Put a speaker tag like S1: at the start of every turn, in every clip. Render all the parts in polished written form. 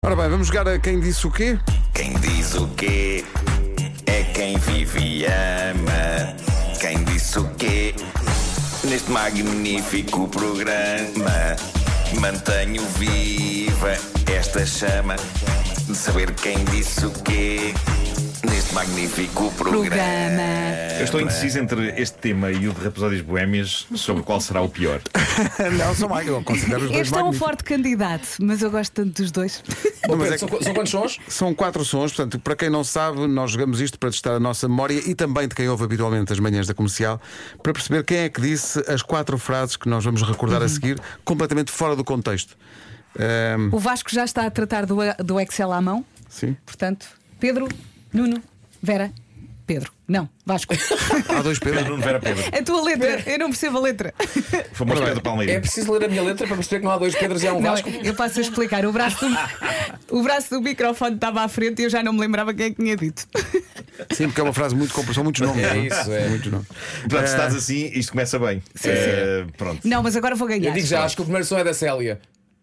S1: Ora bem, vamos jogar a Quem Disse o Quê?
S2: Quem diz o quê é quem vive e ama. Quem disse o quê neste magnífico programa? Mantenho viva esta chama de saber quem disse o quê neste magnífico programa.
S3: Eu estou indeciso entre este tema e o de Rapsódias Boémias, sobre qual será o pior.
S1: Não, são mais, eu considero os dois
S4: Este é um
S1: magníficos.
S4: forte candidato, mas eu gosto tanto dos dois.
S1: Não, mas é
S5: São
S1: que
S5: quantos sons?
S1: são 4 sons, portanto, para quem não sabe, nós jogamos isto para testar a nossa memória e também de quem ouve habitualmente as manhãs da Comercial, para perceber quem é que disse as 4 frases que nós vamos recordar a seguir, completamente fora do contexto.
S4: O Vasco já está a tratar do Excel à mão.
S1: Sim.
S4: Portanto, Pedro, Nuno, Vera, Pedro. Não, Vasco.
S1: Há dois Pedro.
S3: Pedro, não Vera Pedro.
S4: A tua letra, eu não percebo a letra.
S3: O famoso Pedro
S5: É
S3: Palmeira.
S5: preciso ler a minha letra para perceber que não há dois Pedros e há um
S4: Não,
S5: Vasco.
S4: eu passo a explicar. O braço do microfone estava à frente e eu já não me lembrava quem é que tinha dito.
S1: Sim, porque é uma frase muito complexa, são muitos nomes.
S5: É
S1: não
S5: isso, é.
S1: Muitos nomes.
S3: Portanto, se estás assim, isto começa bem. Pronto.
S4: Não, mas agora vou ganhar.
S5: Eu digo já, acho que o primeiro som é da Célia.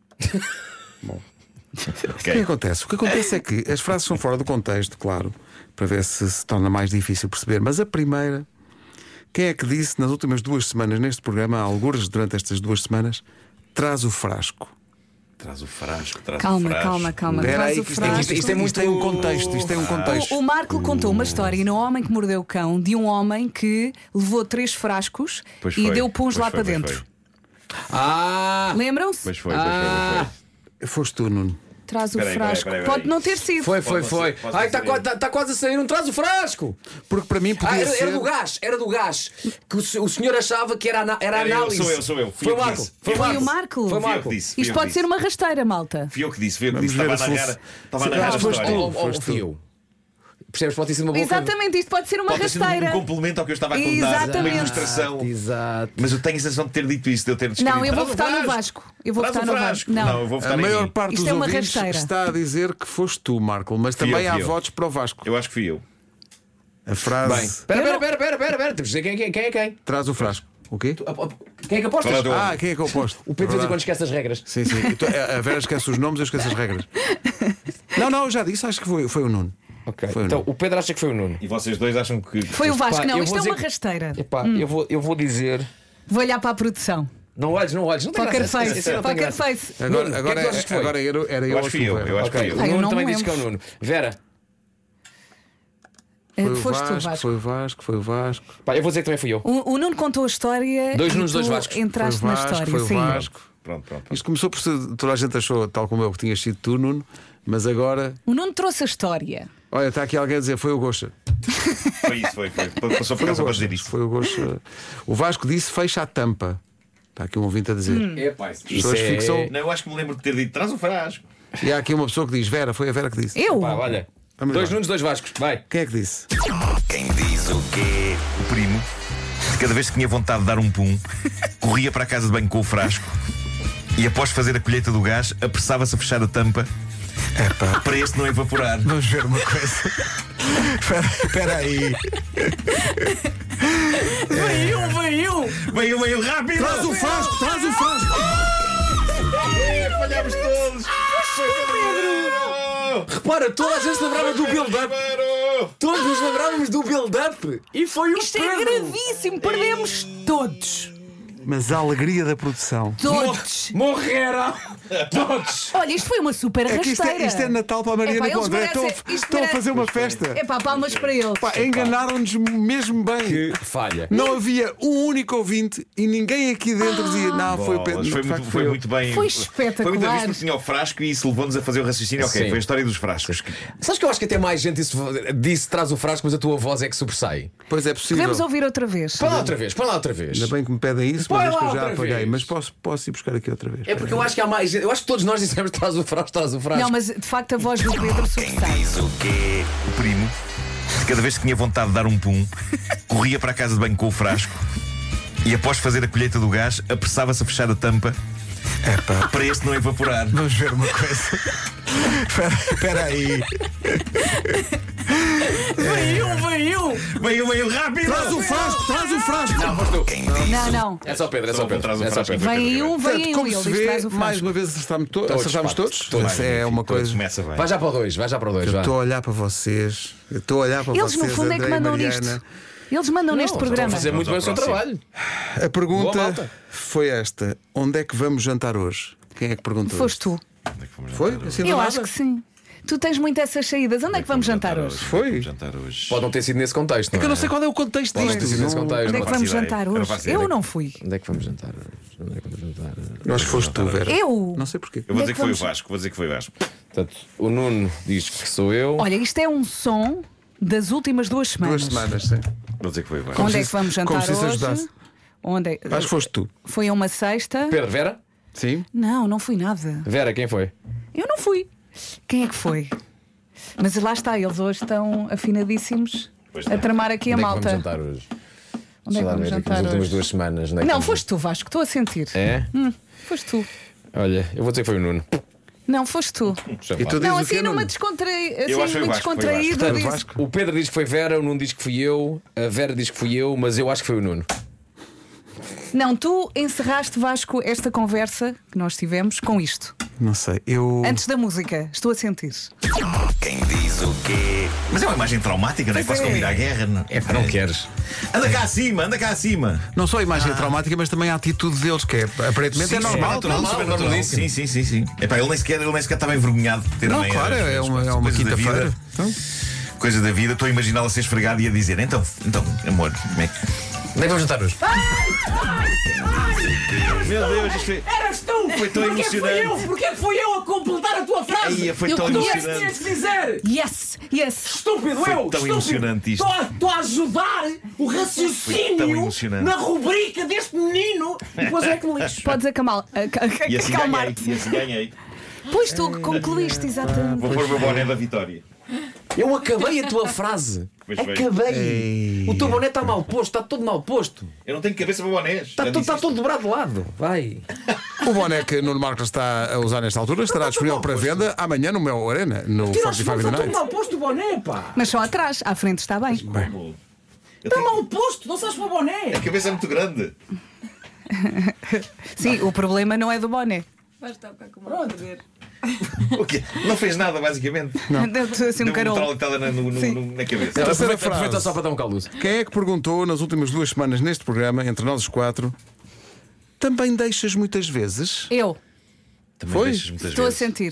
S1: O que é que acontece? O que acontece é que as frases são fora do contexto, claro, para ver se torna mais difícil perceber. Mas a primeira, quem é que disse nas últimas 2 semanas neste programa, há algures durante estas 2 semanas, traz o frasco?
S3: Traz o frasco, traz o
S4: Calma,
S3: frasco.
S4: calma, calma.
S1: Espera
S4: Traz
S1: aí,
S4: o
S1: que
S4: frasco.
S5: isto é muito-
S1: Isto tem um contexto, isto tem um contexto.
S4: O Marco contou uma história no Homem que Mordeu o Cão de um homem que levou 3 frascos
S3: Pois
S4: e
S3: foi,
S4: deu puns
S3: pois
S4: lá
S3: foi,
S4: para
S3: pois
S4: dentro.
S3: foi.
S5: Ah!
S4: Lembram-se?
S3: Pois foi, pois foi.
S1: Foste tu, Nuno.
S4: Traz o
S3: Espera aí,
S4: frasco.
S3: espera aí, espera aí.
S4: Pode não ter sido.
S5: Foi.
S3: Pode
S5: Ai,
S3: não ser.
S5: está quase a sair, não traz o frasco!
S1: Porque para mim podia
S5: Era
S1: ser.
S5: do gás, era do gás. Que o senhor achava que era
S3: Era eu,
S5: análise.
S3: sou eu. Fui
S5: Foi
S3: eu
S5: o
S3: que
S5: Marco.
S3: disse.
S5: Foi o
S4: Foi
S5: Marco.
S4: o Marco.
S5: Foi o
S3: Fui eu que
S5: Marco.
S3: disse. fui
S4: Isto
S3: eu que
S4: pode ser
S3: disse.
S4: uma rasteira, malta.
S3: Fui eu que disse.
S1: Vamos
S3: Estava a
S1: ver se
S3: narrar.
S1: fosse-
S3: Estava a
S1: se-
S3: narrar a
S1: foste
S3: história.
S1: tu.
S5: Ou fui eu. Percebes? Pode ter sido uma boa coisa.
S4: Exatamente, isto pode ser uma
S3: Pode ter sido
S4: rasteira.
S3: um complemento ao que eu estava a contar.
S4: Exatamente.
S3: Uma ilustração.
S5: Exato.
S3: Mas eu tenho a sensação de ter dito isso, de eu ter descrito.
S4: Não, eu vou
S3: Traz o
S4: votar no
S3: frasco.
S4: Vasco. Eu vou
S3: Traz
S4: votar
S3: o
S4: no
S3: frasco.
S4: Vasco.
S3: Não, eu vou votar
S1: A
S3: em
S1: maior
S3: mim.
S1: parte
S4: Isto
S1: dos
S4: é uma
S1: ouvintes
S4: rasteira.
S1: está a dizer que foste tu, Marco, mas
S3: Fui
S1: também
S3: eu,
S1: há
S3: fui eu.
S1: votos para o Vasco.
S3: Eu acho que fui eu.
S1: A frase
S5: Bem, espera. Temos de dizer quem é quem.
S1: traz o frasco. O quê?
S5: Quem é que apostas?
S3: Qual é o teu-
S1: Ah, quem é que eu aposto?
S5: O Pedro de vez em quando esquece as regras.
S1: Sim, sim. A Vera esquece os nomes, eu esqueço as regras. Não, eu já disse, acho que foi o Nuno.
S5: Ok.
S1: Foi o
S5: Então
S1: Nuno.
S5: o Pedro acha que foi o Nuno.
S3: E vocês dois acham que.
S4: Foi o Vasco.
S5: Pá,
S4: Não,
S5: eu
S4: isto
S5: vou
S4: é uma
S5: dizer-
S4: rasteira.
S5: Epá, eu vou dizer.
S4: Vou olhar para a produção.
S5: Não olhes. Não tem
S4: Poker
S5: graça.
S4: face.
S5: Esse não tem
S4: Poker
S5: graça.
S4: face.
S1: Agora,
S5: Nuno,
S1: agora,
S5: quem é que tu achas que foi?
S1: agora era
S3: Eu
S1: eu
S3: acho
S1: a
S3: que fui eu.
S1: Silveira.
S3: Eu acho que
S5: Ok,
S3: fui
S5: o
S3: eu.
S4: eu
S5: Nuno
S4: não
S5: também
S4: me
S5: disse que é o
S4: lembro.
S5: Nuno. Vera,
S4: Foste tu, Vasco.
S1: Foi o Vasco.
S5: pá, eu vou dizer que também fui eu.
S4: O Nuno contou a história.
S5: Dois
S4: e
S5: Nunos,
S4: tu
S5: dois Vascos.
S4: entraste
S1: Foi o
S4: na
S1: Vasco,
S4: história.
S1: foi o
S4: Sim.
S1: Vasco.
S3: Pronto.
S1: Isto começou por ser. Toda a gente achou, tal como eu, que tinha sido tu, Nuno, mas agora.
S4: O Nuno trouxe a história.
S1: Olha, está aqui alguém a dizer, foi o Gocha.
S3: Foi isso, foi. Passou por casa para dizer isto.
S1: Foi o Gocha. O Vasco disse, fecha a tampa. Está aqui um ouvinte a dizer.
S5: É pá, isso
S1: pessoas fixam-
S3: Não, eu acho que me lembro de ter dito: traz o frasco.
S1: E há aqui uma pessoa que diz, Vera, foi a Vera que disse.
S4: Eu?
S5: Pá, olha.
S1: Vamos
S5: Dois
S1: lá.
S5: Nunos, dois Vascos. Vai.
S1: Quem é que disse?
S2: Quem diz o quê?
S3: O primo, cada vez que tinha vontade de dar um pum, corria para a casa de banho com o frasco e, após fazer a colheita do gás, apressava-se a fechar a tampa para este não evaporar.
S1: Vamos ver uma coisa. Espera aí.
S3: Veio rápido!
S1: Traz o frasco, traz o frasco.
S3: Falhámos todos!
S5: Repara, toda a gente se lembrava do build-up. Todos nos lembrávamos do build-up. E foi o
S4: Isto é
S5: Pedro.
S4: gravíssimo. Perdemos todos.
S1: Mas a alegria da produção.
S4: Todos.
S5: Morreram. Todos.
S4: Olha, isto foi uma super
S1: É que
S4: rasteira.
S1: isto é Natal para a Mariana
S4: Epá,
S1: e para o
S4: eles
S1: André.
S4: merecem- isto
S1: Estão a fazer uma festa.
S4: É pá, palmas para eles.
S1: Pá, enganaram-nos mesmo bem.
S5: Que falha.
S1: Não havia um único ouvinte e ninguém aqui dentro dizia, não, foi o Pedro.
S3: Bolas,
S1: de facto,
S3: foi
S1: eu.
S3: muito bem.
S4: Foi espetacular.
S3: Foi muita vez que tinha o frasco e isso levou-nos a fazer o raciocínio. Ok,
S5: Sim.
S3: foi a história dos frascos.
S5: Sabes que eu acho que até mais gente disse traz o frasco, mas a tua voz é que sobressai.
S1: Pois é possível.
S4: Podemos ouvir outra vez.
S5: Põe lá outra vez, põe lá outra vez.
S1: Ainda bem que me pedem isso,
S5: Põe
S1: mas
S5: lá
S1: que eu já
S5: outra
S1: apaguei.
S5: vez.
S1: Mas posso ir buscar aqui outra vez.
S5: É porque eu acho que há mais gente. Eu acho que todos nós dissemos traz o frasco, traz o frasco.
S4: Não, mas de facto a voz do Pedro
S2: Quem
S4: sobressai.
S2: diz o quê?
S3: O primo, cada vez que tinha vontade de dar um pum, corria para a casa de banho com o frasco e, após fazer a colheita do gás, apressava-se a fechar a tampa para este não evaporar.
S1: Vamos ver uma coisa. Espera aí.
S3: Veio rápido.
S1: Traz o frasco.
S5: Não, foste tu.
S4: Não.
S5: É só o Pedro, é só o Pedro.
S3: Traz o
S5: É só o
S3: frasco.
S5: Pedro.
S4: Vem um.
S1: Como
S4: Ele
S1: se
S4: diz:
S1: vê,
S4: traz o
S1: mais
S4: frasco.
S1: uma vez acertámos todos.
S5: Todos.
S1: É uma coisa.
S3: Começa bem.
S5: Vai já para o 2, vai já para o 2.
S1: Eu estou a olhar para vocês.
S4: Eles, no fundo, é que mandam nisto. Eles mandam neste programa.
S5: Fazer muito bem o seu trabalho.
S1: A
S5: Boa,
S1: pergunta
S5: malta.
S1: foi esta: onde é que vamos jantar hoje? Quem é que perguntou?
S4: Foste tu.
S1: Foi? Assim do
S4: Eu
S1: nada?
S4: acho que sim. Tu tens muito essas saídas. Onde é que vamos jantar hoje?
S1: Foi?
S3: Vamos jantar hoje.
S5: Pode não ter sido nesse contexto.
S1: É que eu não sei qual é o contexto
S5: Pode não ter
S1: disto.
S5: sido nesse
S1: Não-
S5: contexto.
S4: Onde é que
S5: não
S4: vamos
S3: faço ideia.
S4: jantar
S3: Eu não
S4: hoje?
S3: faço ideia.
S4: Eu não fui.
S5: Onde é que vamos jantar hoje? Onde é que vamos jantar?
S1: Eu acho que foste tu, Vera.
S4: Eu?
S1: Não sei porquê.
S3: Eu vou
S4: Onde é
S3: dizer
S4: que
S3: que foi o
S4: vamos-
S3: Vasco. Vou dizer que foi o Vasco.
S5: Portanto, o Nuno diz que sou eu.
S4: Olha, isto é um som das últimas 2 semanas.
S1: 2 semanas, sim.
S3: Vou dizer que foi o Vasco.
S4: Onde é
S1: se-
S4: que vamos jantar
S1: como se isso
S4: hoje?
S1: ajudasse.
S4: Onde é?
S1: Acho que foste tu.
S4: Foi a uma sexta?
S5: Pedro, Vera?
S1: Sim?
S4: Não fui nada.
S5: Vera, quem foi?
S4: Eu não fui. Quem é que foi? Mas lá está, eles hoje estão afinadíssimos
S3: Pois
S4: a
S3: está.
S4: tramar aqui a
S5: Onde é que
S4: malta.
S5: vamos jantar hoje?
S4: Onde é que vamos
S5: Nas
S4: jantar
S5: últimas
S4: hoje?
S5: 2 semanas. Onde é que
S4: Não,
S5: vamos-
S4: foste tu, Vasco, estou a sentir.
S5: É?
S4: Foste tu.
S5: Olha, eu vou dizer que foi o Nuno.
S4: Não, foste tu.
S5: Deixa
S1: E
S5: lá.
S1: tu
S4: Não,
S1: dizes o quê,
S4: assim numa
S1: Nuno?
S4: descontraída.
S3: Eu acho que foi o
S4: muito
S3: Vasco, foi o
S4: descontraído.
S1: Portanto,
S4: disse-
S1: Vasco.
S5: O Pedro diz que foi Vera, o Nuno diz que fui eu, a Vera diz que fui eu, mas eu acho que foi o Nuno.
S4: Não, tu encerraste, Vasco, esta conversa que nós tivemos com isto.
S1: Não sei. Eu.
S4: Antes da música, estou a sentir.
S2: Quem diz o quê?
S3: Mas é uma imagem traumática, não é? Quase como ir à guerra. Não,
S5: Não queres?
S3: Anda cá acima, anda cá acima.
S1: Não só a imagem traumática, mas também a atitude deles, que é, aparentemente é normal.
S3: natural,
S5: normal,
S3: super natural.
S5: normalíssimo.
S3: Sim. Epá, ele nem sequer estava envergonhado por ter
S1: Não,
S3: também
S1: claro, é uma
S3: coisas da
S1: quinta-feira.
S3: vida.
S1: Então,
S3: Coisa da vida, estou a imaginá-la a ser esfregada e a dizer: então, amor, como é que.
S5: Onde é que vamos jantar hoje?
S3: Meu Deus, isto foi.
S6: Eras tu!
S3: Foi tão emocionante.
S6: Porquê que fui eu a completar a tua frase?
S3: Ai, foi
S4: Eu
S3: tão
S4: conheço
S3: emocionante.
S6: Tinhas de dizer!
S4: Yes!
S6: Estúpido,
S3: Foi
S6: eu!
S3: tão
S6: estúpido.
S3: emocionante isto.
S6: Estou a ajudar o
S3: Foi tão
S6: raciocínio
S3: emocionante.
S6: na rubrica deste menino e depois é que me lixo.
S4: Podes acalmar.
S3: E assim ganhei,
S4: Acalmar-te.
S3: e assim ganhei.
S4: Pois tu concluíste, exatamente.
S3: Vou pôr o meu boné da vitória.
S5: Eu acabei a tua frase.
S3: Pois foi.
S5: Acabei. O teu boné está mal posto, está todo mal posto.
S3: Eu não tenho cabeça para bonés.
S5: Está todo dobrado de lado. Vai.
S1: o boné que Nuno Marcos está a usar nesta altura estará disponível para venda amanhã no meu Arena, no
S6: Tiraste
S1: 45
S6: está todo
S1: Night.
S6: mal posto o boné, pá!
S4: Mas só atrás, à frente está bem.
S3: Eu
S6: Está
S3: tenho...
S6: mal posto, não sabes para o boné!
S3: A cabeça é muito grande.
S4: Sim, o problema não é do boné.
S3: O quê? Não fez nada, basicamente.
S4: Deu-te assim um
S3: Deu uma
S4: carol.
S3: traulitada na cabeça.
S1: Terceira
S5: Aproveita
S1: frase.
S5: só para dar um caldo.
S1: Quem é que perguntou nas últimas 2 semanas neste programa, entre nós os 4, também deixas muitas vezes?
S4: Eu
S3: Também
S1: Foi?
S3: deixas muitas
S4: estou a
S3: vezes.
S4: sentir.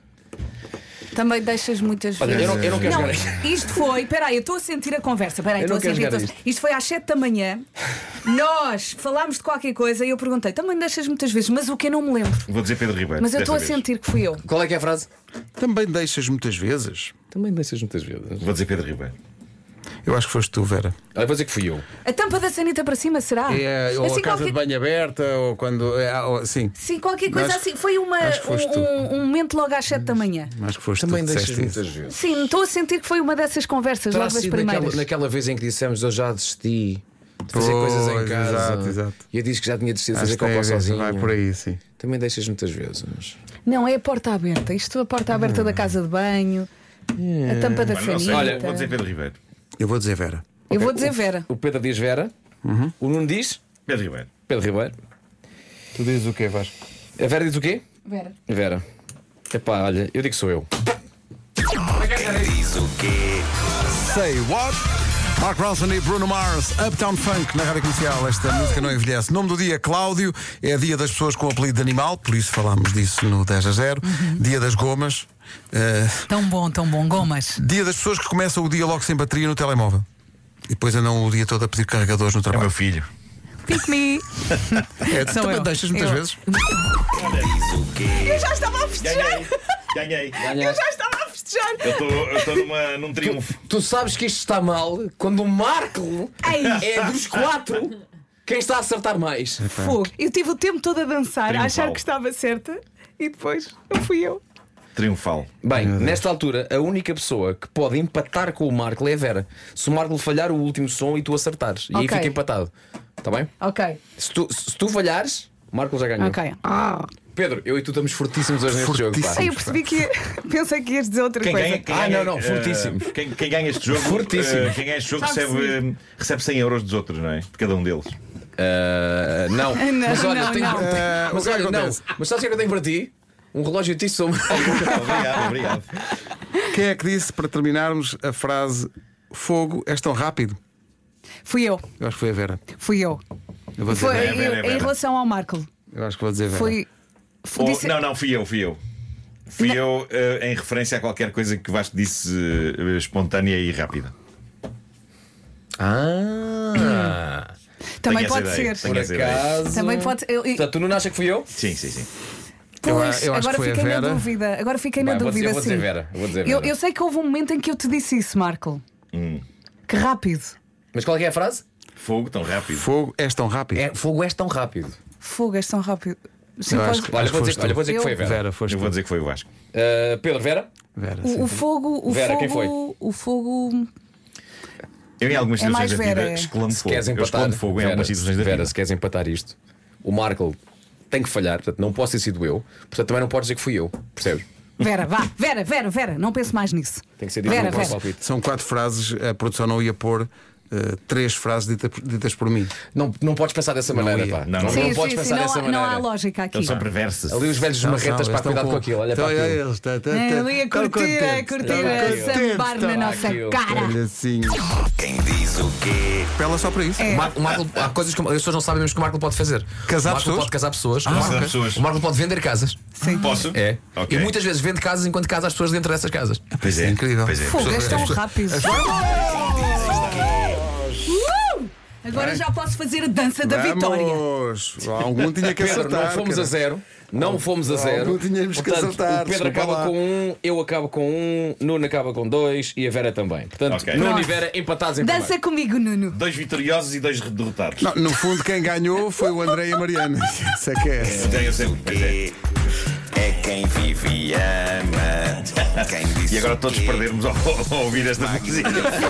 S4: Também deixas muitas
S5: Olha,
S4: vezes.
S5: eu não quero
S4: Não,
S5: jogar.
S4: isto foi. Espera aí, eu estou a sentir a conversa. Espera aí,
S5: Eu não
S4: estou a
S5: quero
S4: sentir.
S5: jogar
S4: Isto foi às 7 da manhã. Nós falámos de qualquer coisa e eu perguntei, também deixas muitas vezes, mas o que eu não me lembro.
S3: Vou dizer Pedro Ribeiro.
S4: Mas eu estou a
S3: desta vez.
S4: sentir que fui eu.
S5: Qual é que é a frase?
S1: Também deixas muitas vezes?
S5: Também deixas muitas vezes.
S3: Vou dizer Pedro Ribeiro.
S1: Eu acho que foste tu, Vera.
S5: Olha, vou dizer que fui eu.
S4: A tampa da sanita para cima, será?
S1: É, ou
S4: Assim,
S1: a casa de banho aberta, ou quando. Sim,
S4: Sim, qualquer coisa
S1: Acho-
S4: assim. Foi
S1: acho que foste tu.
S4: um momento logo às 7 da manhã.
S1: acho que foste
S5: Também
S1: tu que
S5: deixas
S1: disseste
S5: muitas
S1: isso.
S5: vezes.
S4: Sim, estou a sentir que foi uma dessas conversas,
S5: Terá
S4: logo das
S5: sido
S4: primeiras.
S5: naquela vez em que dissemos eu já desisti de fazer
S1: Pois,
S5: coisas em casa.
S1: exato, exato.
S5: E eu disse que já tinha desistido de
S1: Acho
S5: fazer
S1: que tem a
S5: cocó
S1: ver,
S5: sozinho.
S1: vai por aí, sim.
S5: Também deixas muitas vezes.
S4: Não, é a porta aberta. Isto é a porta aberta da casa de banho, a tampa da
S3: Mas não sei,
S4: sanita.
S5: Olha,
S3: vou dizer Pedro Ribeiro.
S1: Eu vou dizer Vera.
S4: Eu vou dizer Vera.
S5: O Pedro diz Vera, o Nuno diz
S3: Pedro Ribeiro.
S5: Pedro Ribeiro.
S1: Tu dizes o quê, Vasco?
S5: A Vera diz o quê?
S4: Vera.
S5: Vera. Epá, olha, eu digo que sou eu.
S2: Quem diz o quê?
S1: Say what? Mark Ronson e Bruno Mars, Uptown Funk na Rádio Comercial. Esta música não envelhece. Nome do dia, Cláudio. É dia das pessoas com apelido de animal, por isso falámos disso no 10-0. Dia das gomas.
S4: Tão bom, gomas.
S1: Dia das pessoas que começam o dia logo sem bateria no telemóvel. E depois andam o dia todo a pedir carregadores no
S3: É o meu
S1: trabalho.
S3: filho.
S4: Pick me. Sou
S1: Também
S4: eu.
S1: deixas muitas
S4: Eu.
S1: vezes.
S2: Diz o quê?
S4: Eu já estava a festejar.
S3: Ganhei.
S4: Eu já estava a festejar.
S3: Eu estou num triunfo.
S5: Tu sabes que isto está mal quando o Marco é dos 4 quem está a acertar mais.
S4: Fogo. Eu tive o tempo todo a dançar, a
S3: Triunfal.
S4: achar que estava certa e depois não fui eu.
S3: Triunfal.
S5: Bem, nesta altura, a única pessoa que pode empatar com o Marco é a Vera. Se o Marco falhar o último som e tu acertares, e aí
S4: Ok.
S5: fica empatado. Está bem?
S4: Ok.
S5: Se tu falhares, o Marco já ganhou.
S4: Ok.
S5: Pedro, eu e tu estamos fortíssimos hoje neste jogo. Pá.
S4: Ai, eu percebi que pensei que ias dizer outra
S3: Quem
S4: coisa.
S3: ganha,
S5: não, fortíssimos.
S3: Quem ganha este jogo,
S5: Fortíssimos.
S3: quem ganha este jogo
S4: Sabe
S3: recebe 100 euros dos outros, não é? De cada um deles.
S5: Não. Mas olha,
S4: não,
S5: tenho
S4: não.
S5: Mas
S1: o que
S5: olha, não.
S1: acontece?
S5: Mas sabes o que é que eu tenho para ti? Um relógio de sombra.
S3: Obrigado.
S1: Quem é que disse para terminarmos a frase fogo és tão rápido?
S4: Fui eu.
S1: Eu acho que foi a Vera.
S4: Fui eu.
S1: Eu vou dizer
S4: Foi
S1: Vera.
S3: Vera.
S4: em relação ao Marco.
S1: Eu acho que vou dizer Vera.
S4: Foi. disse-
S3: Não, fui eu. Fui eu em referência a qualquer coisa que Vasco disse espontânea e rápida.
S4: Também
S3: Tenho essa
S4: pode
S3: ideia,
S4: ser.
S3: tenho
S5: Por
S3: essa ideia.
S5: acaso.
S4: Também pode.
S5: Portanto, tu não achas que fui eu?
S3: Sim.
S4: Pois,
S1: eu acho
S4: agora
S1: que foi a
S4: fiquei na
S1: Vera.
S4: dúvida. Agora fiquei na
S5: Vai,
S4: dúvida.
S5: eu vou dizer
S4: sim.
S5: Vera. Eu vou dizer Vera.
S4: Eu sei que houve um momento em que eu te disse isso, Marco. Que rápido.
S5: Mas qual é que é a frase?
S3: Fogo tão rápido.
S1: Fogo és tão rápido.
S5: Fogo és tão rápido.
S4: Fogo, és tão rápido. Sim,
S1: Eu
S4: pode-
S1: acho que-
S5: Olha,
S1: Acho
S5: vou
S1: que
S5: dizer,
S1: foste
S5: olha, vou dizer que
S4: tu.
S5: foi a Vera.
S1: Vera, foste
S3: Eu vou
S1: tu.
S3: dizer que foi o Vasco.
S5: Pedro, Vera?
S1: Vera,
S4: O
S1: sim.
S4: fogo.
S5: Vera, quem foi?
S4: O fogo.
S3: Eu em algumas
S4: É
S3: situações
S4: mais
S3: da vida
S4: Vera.
S3: exclamo
S5: Se
S3: fogo.
S5: queres
S3: Eu
S5: empatar,
S3: exclamo fogo em
S5: Vera,
S3: algumas situações da
S5: Vera,
S3: vida.
S5: se queres empatar isto, o Marco tem que falhar, portanto não posso ter sido eu, portanto também não podes dizer que fui eu, percebes?
S4: Vera, vá. Vera. Não pense mais nisso.
S5: Tem que ser dito
S4: Vera,
S5: no vosso
S4: Vera.
S5: palpite.
S1: São 4 frases, a produção não ia pôr 3 frases ditas por mim.
S5: Não podes pensar dessa maneira,
S3: ia.
S5: pá.
S3: Não,
S4: Sim,
S5: podes
S4: sim,
S5: pensar
S4: sim.
S5: dessa
S4: Não há
S5: maneira.
S4: lógica aqui.
S3: Eles são perversos.
S5: Ali os velhos marretas para cuidar com aquilo, olha para aquilo.
S4: Ali a curtir, a sambar na nossa
S5: Aquilo.
S4: cara.
S1: Olha assim.
S2: Quem diz o quê?
S1: Pela só para isso.
S4: É.
S5: O Marco, há coisas que as pessoas não sabem mesmo que o Marco pode fazer.
S1: Casar
S5: o Marco
S1: pessoas?
S5: pode casar pessoas.
S3: Casar pessoas.
S5: O Marco pode vender casas.
S4: Sim.
S3: Posso?
S5: É.
S3: Ok.
S5: E muitas vezes vende casas enquanto casa as pessoas dentro dessas casas.
S3: Pois é.
S1: Incrível.
S3: Pois é.
S4: Fogo, és tão rápido. Agora já posso fazer a dança da vitória.
S1: Vamos! Algum tinha que
S5: Pedro,
S1: acertar.
S5: não fomos
S1: cara.
S5: a zero. Não fomos a zero.
S1: Algum tínhamos que
S5: Portanto,
S1: acertar,
S5: o Pedro
S1: desculpa
S5: acaba
S1: lá.
S5: com 1, eu acabo com 1, Nuno acaba com 2 e a Vera também. Portanto,
S3: Ok.
S5: Nuno
S4: Pronto.
S5: e Vera empatados em
S4: Dança
S5: primeiro.
S4: comigo, Nuno.
S3: 2 vitoriosos e 2 derrotados.
S1: Não, no fundo, quem ganhou foi o André e a Mariana. Isso é que é.
S3: Eu sempre. Pois é.
S2: É quem vive e ama. Quem disse
S3: E agora
S2: o
S3: todos
S2: quê?
S3: perdermos ao ouvir esta música.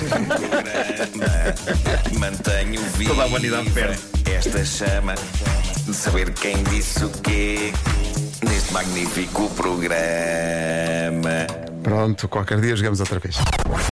S2: Mantenho viva
S3: Toda a humanidade perde.
S2: esta chama de saber quem disse o quê neste magnífico programa.
S1: Pronto, qualquer dia jogamos outra vez.